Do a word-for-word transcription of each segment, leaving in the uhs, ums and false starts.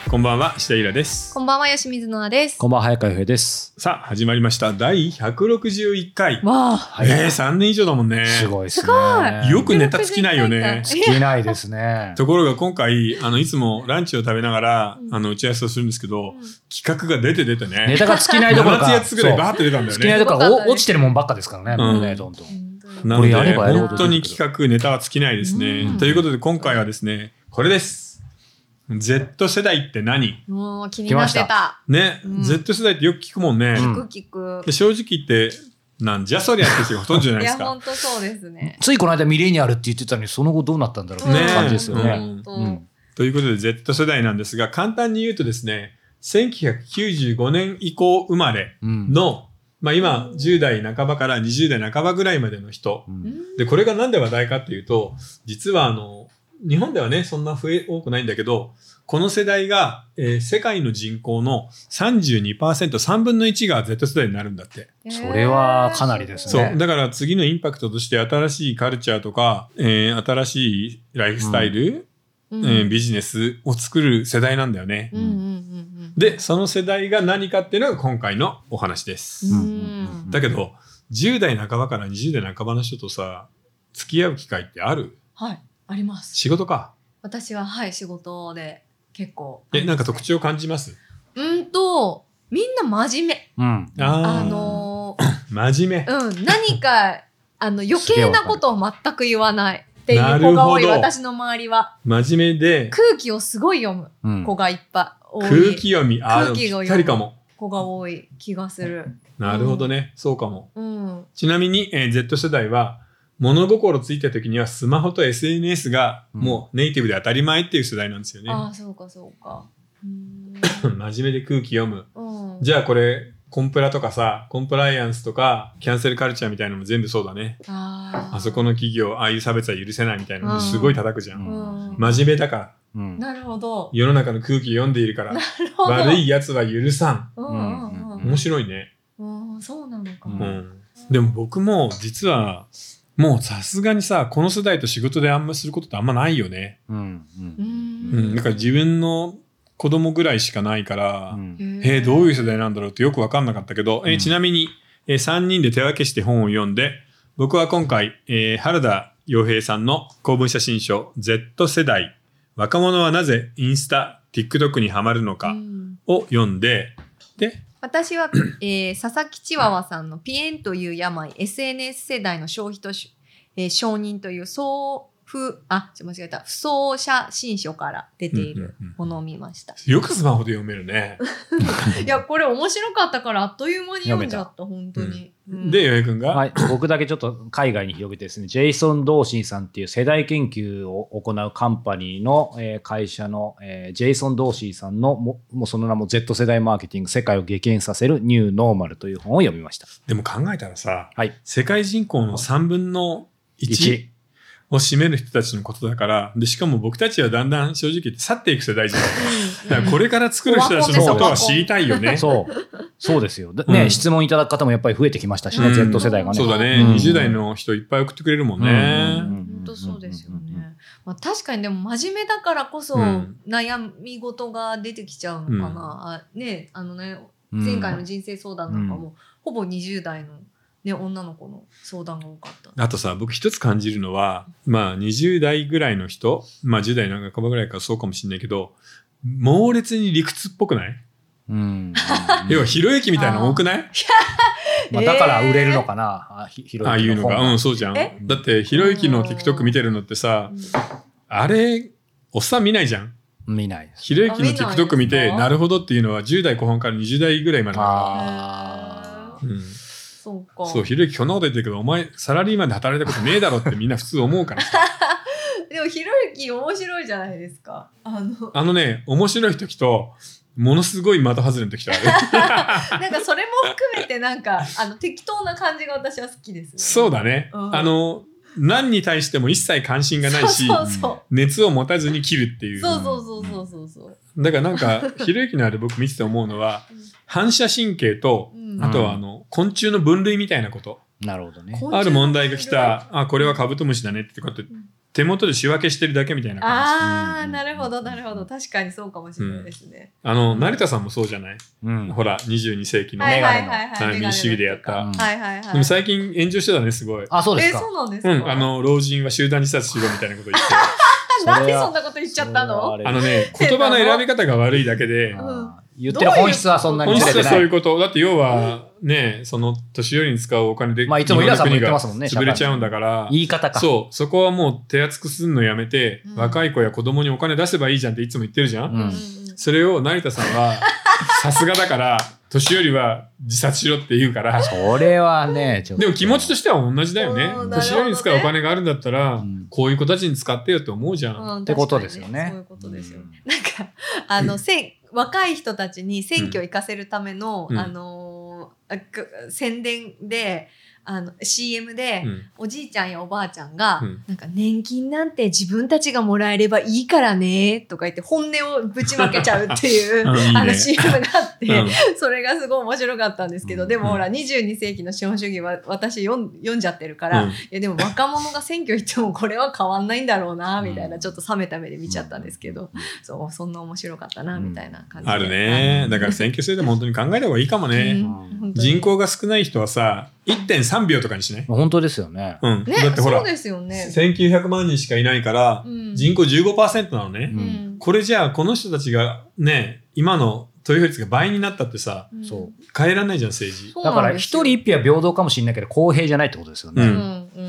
こんばんは、下平です。 こんばんは、吉水野です。 こんばんは、早川洋平です。 さあ、始まりました。だいひゃくろくじゅういっかい。 わあ、 はい、えー、さんねん以上だもんね。 すごいですね。 すごい。 よくネタ尽きないよね。 尽きないですね。 ところが今回、あの、いつもランチを食べながら、うん、あの、打ち合わせをするんですけど、うん、企画が出て出てね。 ネタが尽きないどころか。 ななつやつぐらいバーって出たんだよね。 尽きないどころか、落ちてるもんばっかですからね。もうね、どんどん。 なので、本当に企画、ネタは尽きないですね。うん、ということで、今回はですね、これです。Z 世代って何？ もう気になってた。 ね、うん、Z 世代ってよく聞くもんね。 聞く聞く。 で正直言って、なんじゃそりゃって人がほとんどじゃないですか。 いや、本当そうですね。 ついこの間ミレニアルって言ってたのに、その後どうなったんだろうって感じですよね。 うんうん、ということで Z 世代なんですが、簡単に言うとですね、せんきゅうひゃくきゅうじゅうごねん以降生まれの、うん、まあ今、じゅう代半ばからにじゅう代半ばぐらいまでの人。うん、で、これがなんで話題かっていうと、実はあの、日本ではね、そんな増え、多くないんだけど、この世代が、えー、世界の人口の さんじゅうにパーセント、さんぶんのいちが Z 世代になるんだって。 それはかなりですね。 そう。だから次のインパクトとして新しいカルチャーとか、えー、新しいライフスタイル、うんえー、ビジネスを作る世代なんだよね。うんうんうんうん、で、その世代が何かっていうのが今回のお話です。うん、だけど、じゅう代半ばからにじゅう代半ばの人とさ、付き合う機会ってある？ はい、あります。 仕事か。 私は、はい、仕事で。結構、 ね。え、なんか特徴感じます？ うんと、みんな真面目。 うん。ああのー、真面目。 うん。何か、あの、余計なことを全く言わないっていう子が多い、私の周りは。 真面目で。 空気をすごい読む子がいっぱい多い。 空気読み。あ空気を読む子が多い気がする。 なるほどね。うん、そうかも。 うん、 ちなみに、えー、Z 世代は、物心ついた時にはスマホと エスエヌエス がもうネイティブで当たり前っていう世代なんですよね。 うん、ああ、そうかそうか。 うーん真面目で空気読む。 うん、 じゃあこれ、コンプラとかさ、コンプライアンスとか、キャンセルカルチャーみたいなのも全部そうだね。 あ, あそこの企業、ああいう差別は許せないみたいなのすごい叩くじゃん。 うん、 真面目だから。 うん、なるほど。 世の中の空気読んでいるから。 なるほど。 悪い奴は許さん。 うんうんうん、 面白いね。 うん、そうなのか、 うん。でも僕も実は、もうさすがにさ、この世代と仕事であんますることってあんまないよね。うん。うん。うん。だから自分の子供ぐらいしかないから、うん、えー、どういう世代なんだろうってよくわかんなかったけど、うん、えー、ちなみに、えー、さんにんで手分けして本を読んで、僕は今回、えー、原田洋平さんの公文写真書 Z 世代、若者はなぜインスタ、TikTok にハマるのかを読んで、で、 私は、えー、佐々木チワワさんのピエンという病、エスエヌエス 世代の消費と、えー、承認という送付、あ、間違えた、不走写真書から出ているものを見ました。 うんうんうん、よくスマホで読めるね。 いや、これ面白かったからあっという間に読んじゃった、本当に。 うん、で、洋平くんが、 はい、僕だけちょっと海外に広げてですね、ジェイソン・ドーシンさんっていう世代研究を行うカンパニーの、えー、会社の、えー、ジェイソン・ドーシンさんのも、もうその名も Z 世代マーケティング、世界を激変させるニューノーマルという本を読みました。 でも考えたらさ、はい、世界人口のさんぶんのいちを占める人たちのことだから、で、しかも僕たちはだんだん正直言って去っていく世代じゃない。だからこれから作る人たちのことは知りたいよね。 そう。そうですよ。ね、うん、質問いただく方もやっぱり増えてきましたしね、うん、Z 世代がね。 そうだね、うん。にじゅう代の人いっぱい送ってくれるもんね。 本当そうですよね。まあ、確かにでも真面目だからこそ悩み事が出てきちゃうのかな。うん、ね、あのね、前回の人生相談なんかも、うん、ほぼにじゅう代のね、女の子の相談が多かった。 あとさ、僕一つ感じるのは、まあにじゅう代ぐらいの人、まあじゅう代の半ばぐらいからそうかもしれないけど、猛烈に理屈っぽくない？うん。要はひろゆきみたいなの多くない？ まあだから売れるのかな、 えー、ひろゆきの本。ああいうのが。うん、そうじゃん。だってひろゆきの TikTok 見てるのってさ、あれ、おっさん見ないじゃん。 見ないです。 ひろゆきの TikTok 見て、なるほどっていうのはじゅう代後半からにじゅう代ぐらいまでだから。 ああ。うん。そうか。 そう、ひろゆきこんなこと言ってるけど、お前サラリーマンで働いたことねえだろってみんな普通思うからさ。 でもひろゆき面白いじゃないですか。あの、 あのね、面白い時と、ものすごい的外れの時とある。 なんかそれも含めてなんか、あの、適当な感じが私は好きです、ね。 そうだね。うん、あの、何に対しても一切関心がないし、そうそうそう、熱を持たずに切るっていう。 そうそうそうそうそう。 だからなんか、ひろゆきのあれ僕見てて思うのは、反射神経と、うん、あとはあの、昆虫の分類みたいなこと。 なるほどね。 ある問題が来た、あ、これはカブトムシだねってこうやって手元で仕分けしてるだけみたいな感じ。 ああ、なるほどなるほど、確かにそうかもしれないですね。 うん、あの成田さんもそうじゃない、うん、ほらにじゅうに世紀のメガネの民主主義でやった、はいはいはい、でも最近炎上してたねすごい。 あ、そうですか。 え、そうなんですか。 うん、あの老人は集団自殺しろみたいなこと言ってなんでそんなこと言っちゃったの。 あのね、言葉の選び方が悪いだけで、 うん言ってる本質はそんなにずれてない。本質はそういうこと。だって要はね、その年寄りに使うお金で、 まあいつもイラさんも言ってますもんね。 潰れちゃうんだから。 言い方か。 そう。そこはもう手厚くするのやめて、うん、若い子や子供にお金出せばいいじゃんっていつも言ってるじゃん。うん、それを成田さんは、さすがだから、年寄りは自殺しろって言うから。 それはね、ちょっと。 でも気持ちとしては同じだよね。年寄りに使うお金があるんだったら、うん、こういう子たちに使ってよって思うじゃん。 うん、 ってことですよね。 そういうことですよ。うん、なんか、あの、せ若い人たちに選挙を行かせるための、うん、あのー、宣伝で、あの シーエム で、うん、おじいちゃんやおばあちゃんが、うん、なんか年金なんて自分たちがもらえればいいからねとか言って本音をぶちまけちゃうっていうあの、ね、シーエム があって、うん、それがすごい面白かったんですけど、でもほらにじゅうに世紀の資本主義は私読ん、読んじゃってるから、うん、いやでも若者が選挙行ってもこれは変わんないんだろうなみたいな、ちょっと冷めた目で見ちゃったんですけど、そう、そんな面白かったなみたいな感じで、 あるね。だから選挙制でも本当に考えた方がいいかもね、うん、人口が少ない人はさ いってんさんびょうとかにしない？ 本当ですよね。 うん。 ね、 だってほら、 そうですよね。 せんきゅうひゃくまんにんしかいないから、うん、人口 じゅうごパーセント なのね、うん。これじゃあこの人たちがね、今の投票率が倍になったってさ、うん、変えられないじゃん政治。 だから一人一票は平等かもしれないけど公平じゃないってことですよね。うん、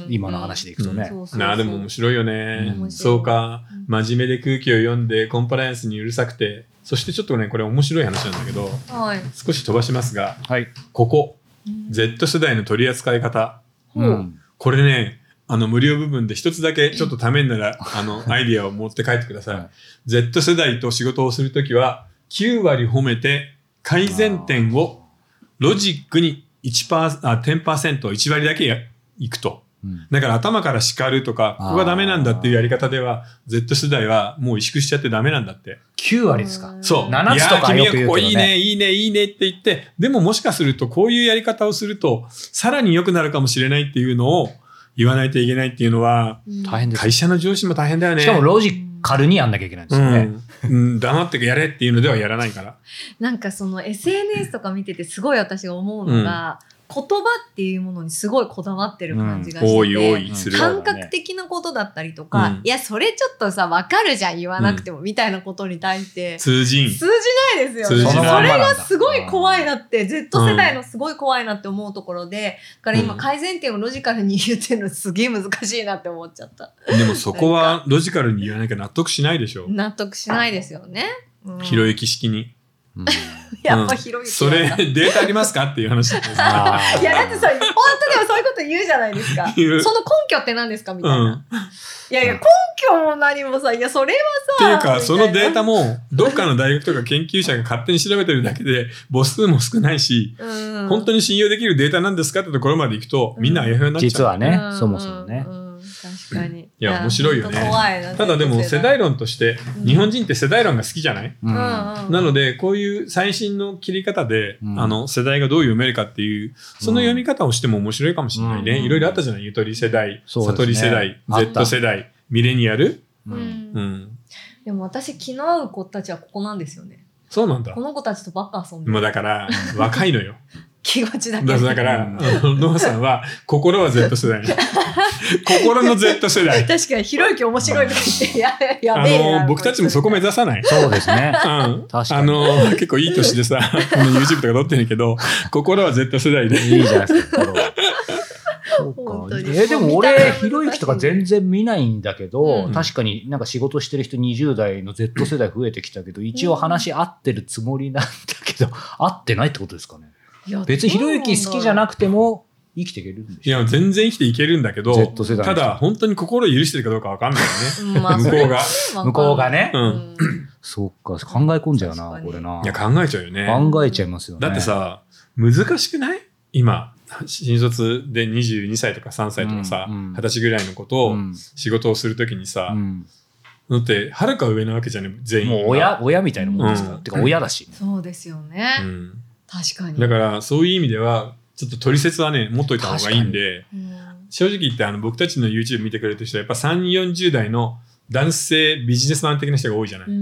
今の話でいくとね。 なあでも面白いよね。うん、そうか、真面目で空気を読んでコンプライアンスにうるさくて、そしてちょっとねこれ面白い話なんだけど、はい、少し飛ばしますが、はい、ここ、うん、Z 世代の取り扱い方。うん、これね、あの無料部分で一つだけちょっとためにならあのアイディアを持って帰ってください。はい、Z 世代と仕事をするときはきゅうわり褒めて改善点をロジックに いちパーセント、あ、じゅっパーセント、いちわりだけやいくと。うん、だから頭から叱るとか、ここがダメなんだっていうやり方では Z 世代はもう萎縮しちゃってダメなんだって。 きゅうわりですか？ そう。 ななつとかよく言うけどね。いや、君はここいいね、 いいね、いいねって言って、でももしかするとこういうやり方をするとさらに良くなるかもしれないっていうのを言わないといけないっていうのは、大変です。会社の上司も大変だよね。 しかもロジカルにやんなきゃいけないんですよね。 うんうん、黙ってやれっていうのではやらないから。 なんかその エスエヌエス とか見ててすごい私が思うのが、うん、言葉っていうものにすごいこだわってる感じがしてて、うん、多い多いする感覚的なことだったりとか、うん、いやそれちょっとさ分かるじゃん言わなくても、うん、みたいなことに対して通じん通じないですよね。それがすごい怖いなって Z 世代のすごい怖いなって思うところで、だから今改善点をロジカルに言ってるのすげえ難しいなって思っちゃった。 でもそこはロジカルに言わなきゃ納得しないでしょ。 納得しないですよね、 うん、ひろゆき式に。うん、 やっぱひろゆき、 それデータありますかっていう話ですね。いやだってそれ本当でもそういうこと言うじゃないですか。その根拠って何ですかみたいな、うん、いやいや根拠も何もさ、いやそれはさっていうかそのデータもどっかの大学とか研究者が勝手に調べてるだけで母数も少ないし、うん、本当に信用できるデータなんですかってところまでいくとみんなあやふやになっちゃう、 実はね、うん、そもそもね、 うん確かに。いや面白いよね。ただでも世代論として日本人って世代論が好きじゃない、うん、なのでこういう最新の切り方で、うん、あの世代がどう読めるかっていうその読み方をしても面白いかもしれないね、うん、いろいろあったじゃない。ゆとり世代、悟り世代、Z 世代、ミレニアル、うんうん、 でも私気の合う子たちはここなんですよね。 そうなんだ。 この子たちとばっか遊んでる。 もうだから若いのよ気持ちだけだから、ノアさんは心は Z 世代心の Z 世代。 確かにひろゆき面白いとか言ってややべえな。 あの僕たちもそこ目指さない。 そうですね、 うん、確かに。あの結構いい年でさYouTube とか撮ってるけど心は Z 世代でいいじゃないですか。そうか。えでも俺ひろゆきとか全然見ないんだけど、うん、確かになんか仕事してる人にじゅう代の Z 世代増えてきたけど、一応話合ってるつもりなんだけど、合ってないってことですかね。別にひろゆき好きじゃなくても生きていけるんでしょ。 いや全然生きていけるんだけど、Z 世代ただ本当に心を許してるかどうかわかんないよね、まあ、向こうが向こうがね、 うん、 そうか考え込んじゃうなこれな。 いや考えちゃうよね。 考えちゃいますよね。 だってさ難しくない？今新卒でにじゅうにさいとかさんさいとかさ、うんうん、はたちぐらいの子と仕事をするときにさ、うん、だってはるか上なわけじゃね全員。 もう親親みたいなもんですから、うん、てか親だし、 ね、そうですよね、うん確かに。 だからそういう意味ではちょっと取説はね持っといた方がいいんで、 正直言ってあの僕たちの YouTube 見てくれてる人はやっぱさんじゅう、よんじゅう代の男性ビジネスマン的な人が多いじゃない、うん、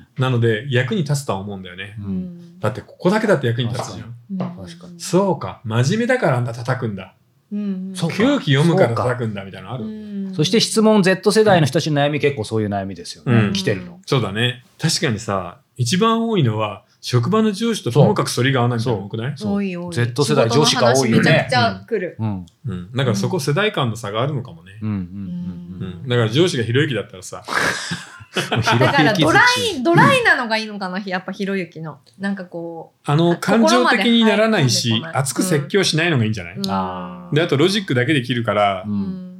なので役に立つとは思うんだよね、うん、だってここだけだって役に立つじゃん、うん、確かにそうか真面目だからあんた叩くんだ、うん、そう空気読むから叩くんだみたいなのある、うん、 そして質問 Z 世代の人たちの悩み結構そういう悩みですよね、うん、来てるの。 そうだね。確かにさ一番多いのは職場の上司とともかく反りが合わないみたいなの多くない？ 多い多い。 Z 世代上司が多いよね。 めちゃくちゃ来る。 うんうん。だからそこ世代間の差があるのかもね。うんうんうんうん。だから上司がひろゆきだったらさ。 だからドライドライなのがいいのかな、やっぱひろゆきのなんかこうあの感情的にならないし熱く説教しないのがいいんじゃない？うん、あであとロジックだけで切るから、うん、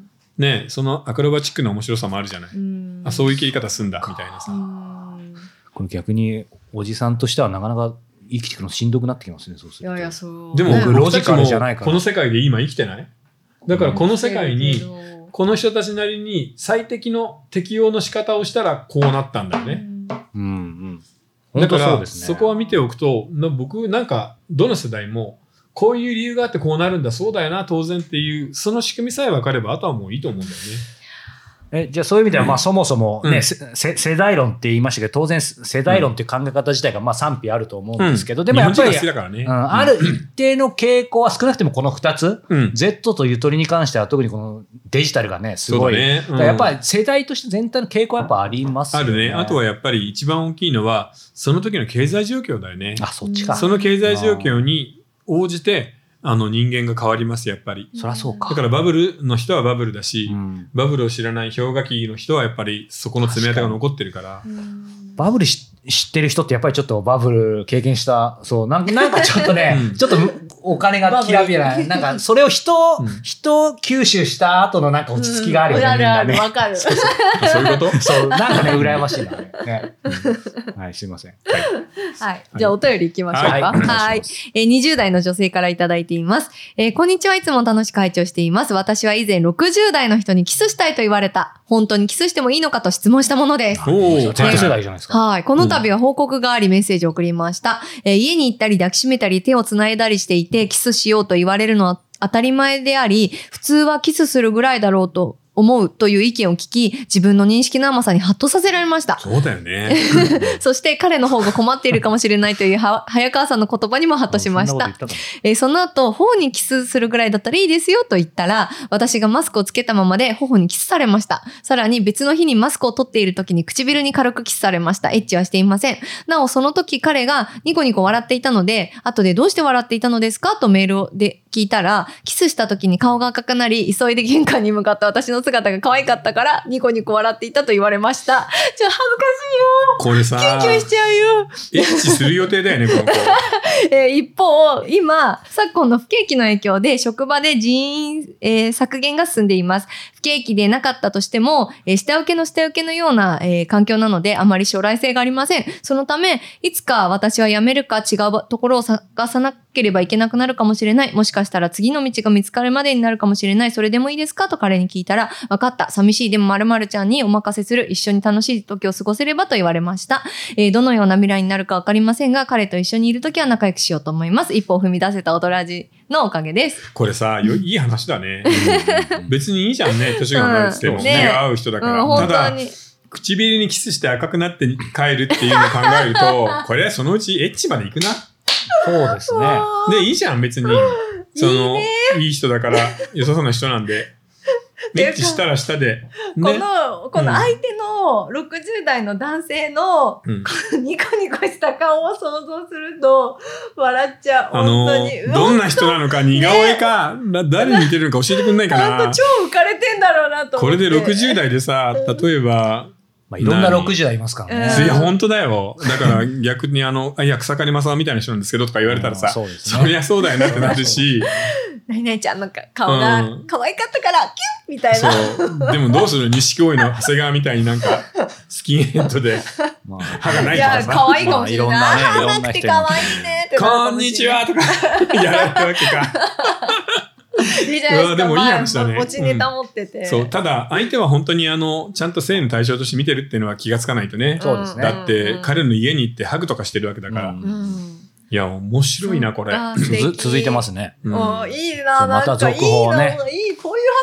ねそのアクロバチックな面白さもあるじゃない。うん、あそういう切り方すんだみたいなさ。 これ逆におじさんとしてはなかなか生きていくのしんどくなってきますね。そうすると。 いやいやそうでもロジカルじゃないからこの世界で今生きてない？だからこの世界に、うん、この人たちなりに最適の適用の仕方をしたらこうなったんだよね。うんうん、だから そ,、ね、そこは見ておくと僕なんかどの世代もこういう理由があってこうなるんだそうだよな当然っていうその仕組みさえ分かればあとはもういいと思うんだよね。 えじゃあそういう意味ではまあそもそもね、うん、世代論って言いましたけど当然世代論っていう考え方自体がまあ賛否あると思うんですけど、うん、でもやっぱり、ねうん、ある一定の傾向は少なくてもこのふたつ、うん、Z とゆとりに関しては特にこのデジタルがねすごい、ねうん、やっぱり世代として全体の傾向はやっぱありますよね。 あるね。あとはやっぱり一番大きいのはその時の経済状況だよね。 あそっちか。 その経済状況に応じてあの人間が変わりますやっぱり。 そりゃそうか。 だからバブルの人はバブルだし、うん、バブルを知らない氷河期の人はやっぱりそこの爪痕が残ってるから。 バブル知ってる人ってやっぱりちょっとバブル経験したそうなんかなんかちょっとね、うん、ちょっとお金がきらびやないなんかそれを人、うん、人吸収した後のなんか落ち着きがあるよね。 あるあるわかる。 そういうこと？ そうなんかね羨ましいなね。ねうん、はいすいません。はい。 はい。じゃあお便り行きましょうか。はい。はい、えー、にじゅう代の女性からいただいています。えー、こんにちはいつも楽しく拝聴しています。私は以前ろくじゅう代の人にキスしたいと言われた。本当にキスしてもいいのかと質問したものです。 おー、Z世代じゃないですか。 はい。この度は報告がありメッセージを送りました。えー、家に行ったり抱きしめたり手をつないだりしていてキスしようと言われるのは当たり前であり、普通はキスするぐらいだろうと思うという意見を聞き、自分の認識の甘さにハッとさせられました。 そうだよね。 そして彼の方が困っているかもしれないというは早川さんの言葉にもハッとしました。そ, えー、その後、頬にキスするぐらいだったらいいですよと言ったら、私がマスクをつけたままで頬にキスされました。さらに別の日にマスクを取っている時に唇に軽くキスされました。エッチはしていません。なお、その時彼がニコニコ笑っていたので、後でどうして笑っていたのですかとメールをで聞いたら、キスした時に顔が赤くなり、急いで玄関に向かった私の姿が可愛かったからニコニコ笑っていたと言われました。ちょっと恥ずかしいよ。 これさ、 キュンキュンしちゃうよ。 エッチする予定だよね、この子。 えー、一方、今、昨今の不景気の影響で職場で人員、えー、削減が進んでいます。不景気でなかったとしても、えー、下請けの下請けのような、えー、環境なのであまり将来性がありません。そのため、いつか私は辞めるか違うところを探さなければいけなくなるかもしれない。もしかしたら次の道が見つかるまでになるかもしれない。それでもいいですかと彼に聞いたら、分かった。寂しい。でも〇〇ちゃんにお任せする。一緒に楽しい時を過ごせればと言われました。えー、どのような未来になるか分かりませんが、彼と一緒にいる時は仲良くしようと思います。一歩を踏み出せたオトラジのおかげです。 これさ、よいい話だね。別にいいじゃんね。年が離れてても、目が合う人だから。うん、ただ、唇にキスして赤くなって帰るっていうのを考えると、これはそのうちエッチまで行くな。 そうですね。 で、いいじゃん、別に。その、いい, いい人だから、良さそうな人なんで。エッチしたらしたで。ね、 この、この相手のろくじゅう代の男性の、うん、ニコニコした顔を想像すると、笑っちゃう。 あのー、本当に。どんな人なのか、似顔絵か、ね、誰に似てるのか教えてくんないかな。 ほんと超浮かれてんだろうなと思って。 これでろくじゅう代でさ、例えば、 まあ、いろんなろくじゅう代いますからね。 いや、本当だよ。だから逆にあの、いや、草刈正雄みたいな人なんですけどとか言われたらさ、そうですね、そりゃそうだよなってなるし。 何々ちゃんの顔が可愛かったから、キュンみたいな。 そう。でもどうする錦鯉の長谷川みたいになんか、スキンヘッドで、まあ、歯がないとかさ。 いや、可愛いかもしれない。まあ、歯なくて可愛いねって。 こんにちはとか、やられたわけか。 いいじゃないですか。 でもいい話だね。 持ちネタ持ってて、 うん。そう。ただ、相手は本当にあの、ちゃんと性の対象として見てるっていうのは気がつかないとね。 そうですね。 だって、うん、彼の家に行ってハグとかしてるわけだから。うんうんいや、面白いな、これ。 続いてますね。 うん、いいな、 また続報ね。 いい、こういう話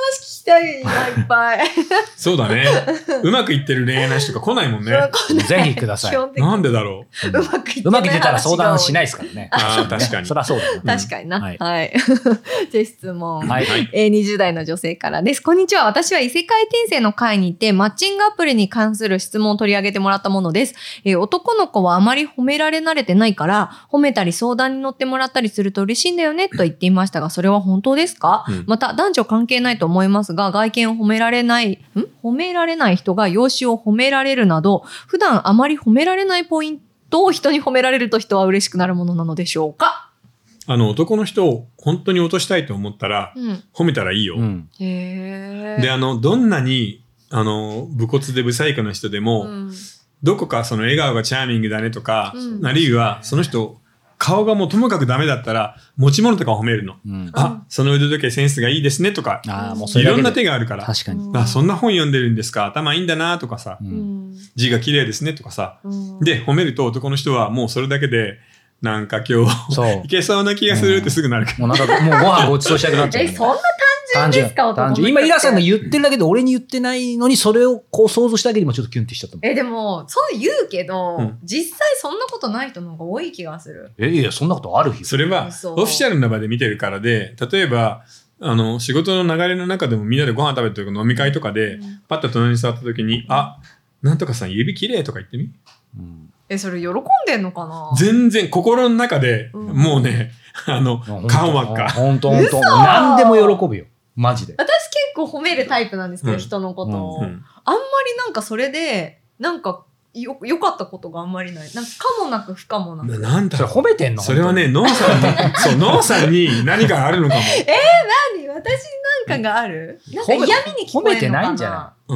きたいな、いっぱい。 そうだね。うまくいってる恋愛の人とか来ないもんね。 ぜひください。 なんでだろう。うまくいってうまくいってたら相談しないですからね。 ああ、確かに。 そりゃそうだな。確かにな。はい。はい。じゃあ質問。はい。えー、にじゅう代の女性からです。こんにちは。私は異世界転生の会にて、マッチングアプリに関する質問を取り上げてもらったものです。えー、男の子はあまり褒められ慣れてないから、褒めたり相談に乗ってもらったりすると嬉しいんだよね、と言っていましたが、それは本当ですか？うん、また、男女関係ないと思いますが、外見を褒められない、ん褒められない人が容姿を褒められるなど、普段あまり褒められないポイントを人に褒められると人は嬉しくなるものなのでしょうか？ あの、男の人を本当に落としたいと思ったら、うん、褒めたらいいよ。うん、 へーで、あの、どんなに、あの、武骨で不細工な人でも、うん、どこかその笑顔がチャーミングだねとか、うん、あるいはその人、顔がもうともかくダメだったら、持ち物とか褒めるの。うん、あ、その腕時計センスがいいですねとか、あもうそれいろんな手があるから。 確かに。 あ、そんな本読んでるんですか、頭いいんだなとかさ、うん、字が綺麗ですねとかさ、うん、で、褒めると男の人はもうそれだけで、なんか今日いけそうな気がするってすぐなるから、 うん、もうなんかもうご飯ごちそうしたくなっちゃう、ね。 え、そんな単純ですか？男の人って。 今イラさんが言ってるだけで俺に言ってないのに、それをこう想像しただけでもちょっとキュンってしちゃったもん。 え、でもそう言うけど、うん、実際そんなことない人の方が多い気がする。 え、いやそんなことある日。 それはオフィシャルな場で見てるからで、例えばあの仕事の流れの中でもみんなでご飯食べてる飲み会とかで、うん、パッと隣に座った時に、あ、なんとかさん指綺麗とか言ってみ。うんえ、それ喜んでんのかな？ 全然心の中で、うん、もうね、あの、顔真っ赤。 ほんとほんと。何でも喜ぶよ。マジで。 私結構褒めるタイプなんですけど、うん、人のことを、うんうん。あんまりなんかそれで、なんかよ、良かったことがあんまりない。なんかかもなく不可もなく。 なんだそれ褒めてんの？ それはね、ノンさんに、そう、ノンさんに何かあるのかも。 えー、何？私なんかがある？なんか嫌味に聞こえるのかな？ 褒めてないんじゃない？ うん。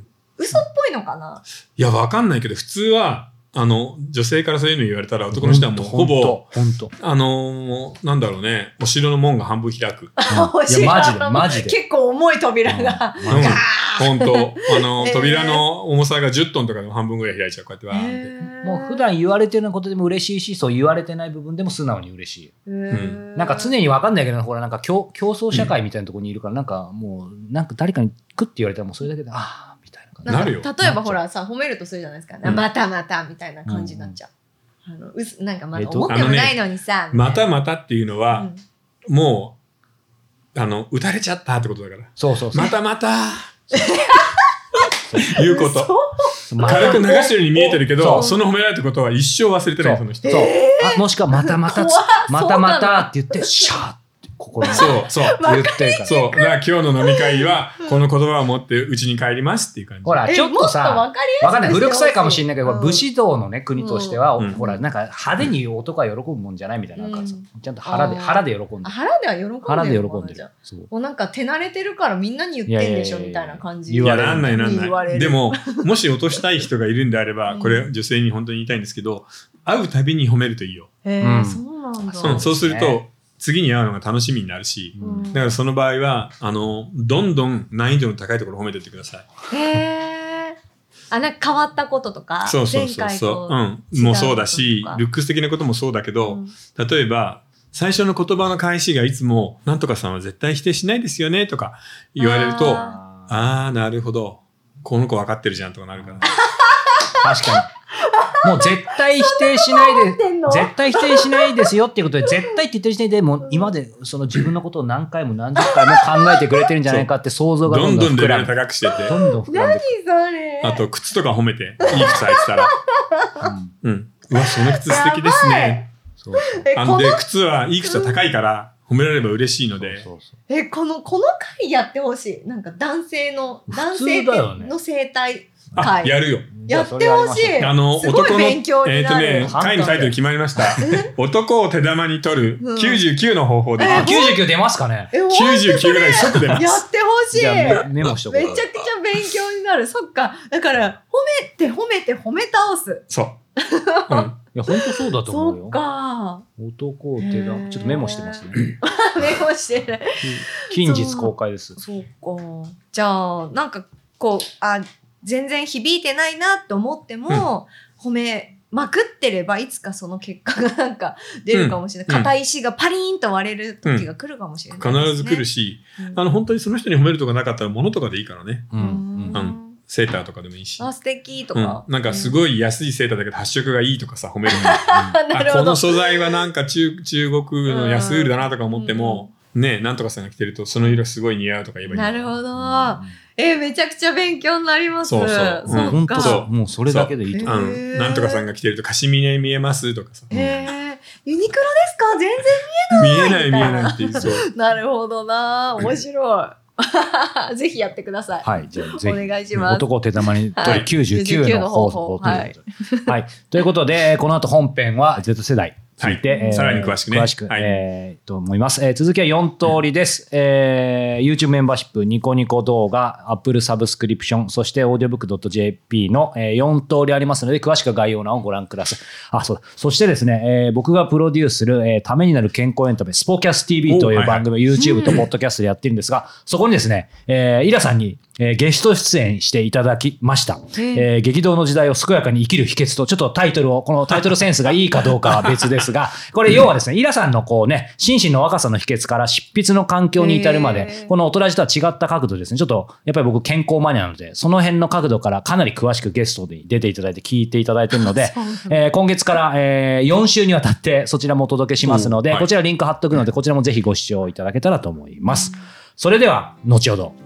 嘘っぽいのかな？ いや、わかんないけど、普通は、あの、女性からそういうの言われたら男の人はもうほぼ、あのー、なんだろうね、お城の門が半分開く。うん、 いや、マジで、マジで。 結構重い扉が。 うん、本当あの、扉の重さがじゅっトンとかでも半分ぐらい開いちゃう。こうやってわーって。 もう普段言われてることでも嬉しいし、そう言われてない部分でも素直に嬉しい。うん、なんか常にわかんないけど、ほら、なんか競競争社会みたいなところにいるから、うん、なんかもう、なんか誰かにクッて言われたらもうそれだけで、ああ。 なるよ。 例えばほらさ、褒めるとするじゃないですか。うん、またまたみたいな感じになっちゃう。うん、あのうすなんかまだ思ってもないのにさ。 ね、またまたっていうのは、うん、もう、あの、打たれちゃったってことだから。 そうそうそう。 またまたいうこと。軽く流してるように見えてるけど、その褒められたことは一生忘れてない、その人。 そう。あもしくはまたまた、またまたって言って、シャーって。心にそうそう言ってるからそうだから今日の飲み会はこの言葉を持ってうちに帰りますっていう感じ。 ほらちょっとさわかんない古臭いかもしれないけど、うん、武士道のね国としては、うん、ほらなんか派手に男は喜ぶもんじゃないみたいな、うん、なんかちゃんと腹で腹で喜んで腹では喜んでる腹で喜んでるそうもうなんか手慣れてるからみんなに言ってんでしょみたいな感じ言われる。いやなんないなんないでももし落としたい人がいるんであれば、うん、これ女性に本当に言いたいんですけど会うたびに褒めるといいよ。 へー、うん、そうなんだ。 そう、そうすると次に会うのが楽しみになるし、うん、だからその場合はあのどんどん難易度の高いところを褒めていってください。 へー。あ、なんか変わったこととか、 そうそうそうそう、うん、もうそうだし、ルックス的なこともそうだけど、うん、例えば最初の言葉の返しがいつもなんとかさんは絶対否定しないですよねとか言われると、ああなるほどこの子分かってるじゃんとかなるから。 確かに。もう絶対否定しないで、絶対否定しないですよっていうことで、絶対って言ってる時点で、もう今までその自分のことを何回も何十回も考えてくれてるんじゃないかって想像がどんどんレベル高くしてて。 どんどん膨らんでく。何それ。 あと、靴とか褒めて、いい靴履いてたら。うん。うん。うわ、その靴素敵ですね。そう。あので、靴はいい靴は高いから、褒められれば嬉しいので。 そうそうそう。え、この、この回やってほしい。なんか男性の、男性の生態。 あ、やるよ。 やってほしい。 あの、男の、えっとね、回のタイトル決まりました。男を手玉に取るきゅうじゅうきゅうの方法で。 あ、きゅうじゅうきゅう出ますかね？ きゅうじゅうきゅうぐらい即出ます。 やってほしい。 メモしとこう。 めちゃくちゃ勉強になる。そっか。だから、褒めて褒めて褒め倒す。 そう。 うん。いや、本当そうだと思うよ。 そっか。 男を手玉、ちょっとメモしてますね。 メモしてる。 近日公開です。 そうか。じゃあ、なんか、こう、あ、全然響いてないなって思っても、うん、褒めまくってればいつかその結果がなんか出るかもしれない。硬、うん、い石がパリーンと割れる時が来るかもしれないですね、 必ず来るし、うん、あの本当にその人に褒めるとかなかったら物とかでいいからね。うん。うん。セーターとかでもいいし。 あ、素敵とか、 うん。なんかすごい安いセーターだけど発色がいいとかさ、褒めるの。なるほど。あ、この素材はなんか 中, 中国の安ウールだなとか思っても、うん、ね、なんとかさんが着てるとその色すごい似合うとか言えばいい。 なるほど。えー、めちゃくちゃ勉強になります。 そうそう。 うん、本当そう。もうそれだけでいいと思う。 うん。なんとかさんが着てるとカシミヤに見えますとかさ。 えー、ユニクロですか？全然見えない。 見えない見えないって言う。そう。 なるほどな。面白い。ぜひやってください。 はい、じゃあぜひお願いします。 男を手玉に取りきゅうじゅうきゅうの方法ということで。はい。ということで、この後本編は Z 世代。ついて、はいえー、 さらに詳しくね。 詳しく、はい、えー、と思います。えー、続きはよん通りです、えー。YouTube メンバーシップ、ニコニコ動画、Apple サブスクリプション、そして オーディオブックドットジェーピー の、えー、よん通りありますので、詳しくは概要欄をご覧ください。あ、そうだ。そしてですね、えー、僕がプロデュースする、えー、ためになる健康エンタメ、スポキャス ティーブイ という番組を YouTube と Podcast でやってるんですが、そこにですね、えー、イラさんに、えー、ゲスト出演していただきました、えー、激動の時代を健やかに生きる秘訣と、ちょっとタイトルを、このタイトルセンスがいいかどうかは別ですが、これ要はですね、イラさんのこうね、心身の若さの秘訣から執筆の環境に至るまで、この大人じとは違った角度ですね、ちょっとやっぱり僕健康マニアなので、その辺の角度からかなり詳しくゲストで出ていただいて聞いていただいているので、えー、今月から、えー、よん週にわたってそちらもお届けしますので、はい、こちらリンク貼っとくので、こちらもぜひご視聴いただけたらと思います。それでは、後ほど。